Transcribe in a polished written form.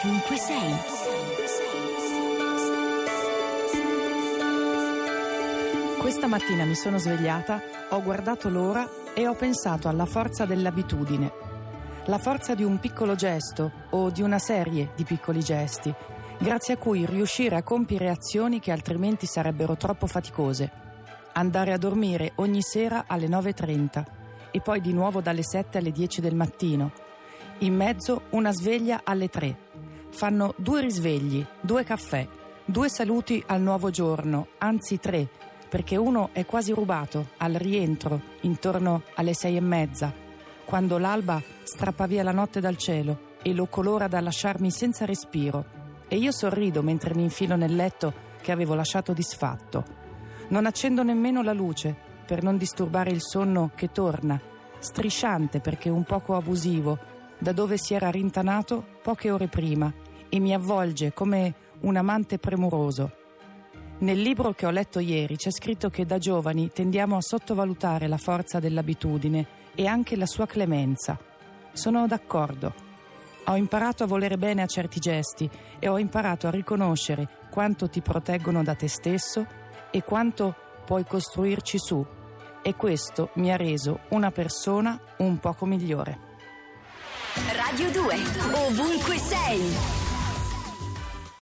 ovunque sei. Questa mattina mi sono svegliata, ho guardato l'ora e ho pensato alla forza dell'abitudine. La forza di un piccolo gesto o di una serie di piccoli gesti, grazie a cui riuscire a compiere azioni che altrimenti sarebbero troppo faticose. Andare a dormire ogni sera alle 9:30 e poi di nuovo dalle 7 alle 10 del mattino. In mezzo una sveglia alle 3. Fanno 2 risvegli, 2 caffè, 2 saluti al nuovo giorno, anzi 3, perché uno è quasi rubato al rientro intorno alle 6:30, quando l'alba strappa via la notte dal cielo e lo colora da lasciarmi senza respiro, e io sorrido mentre mi infilo nel letto che avevo lasciato disfatto. Non accendo nemmeno la luce per non disturbare il sonno che torna, strisciante perché un poco abusivo, da dove si era rintanato poche ore prima, e mi avvolge come un amante premuroso. Nel libro che ho letto ieri c'è scritto che da giovani tendiamo a sottovalutare la forza dell'abitudine e anche la sua clemenza. Sono d'accordo. Ho imparato a volere bene a certi gesti e ho imparato a riconoscere quanto ti proteggono da te stesso e quanto puoi costruirci su. E questo mi ha reso una persona un poco migliore. Radio 2, ovunque sei.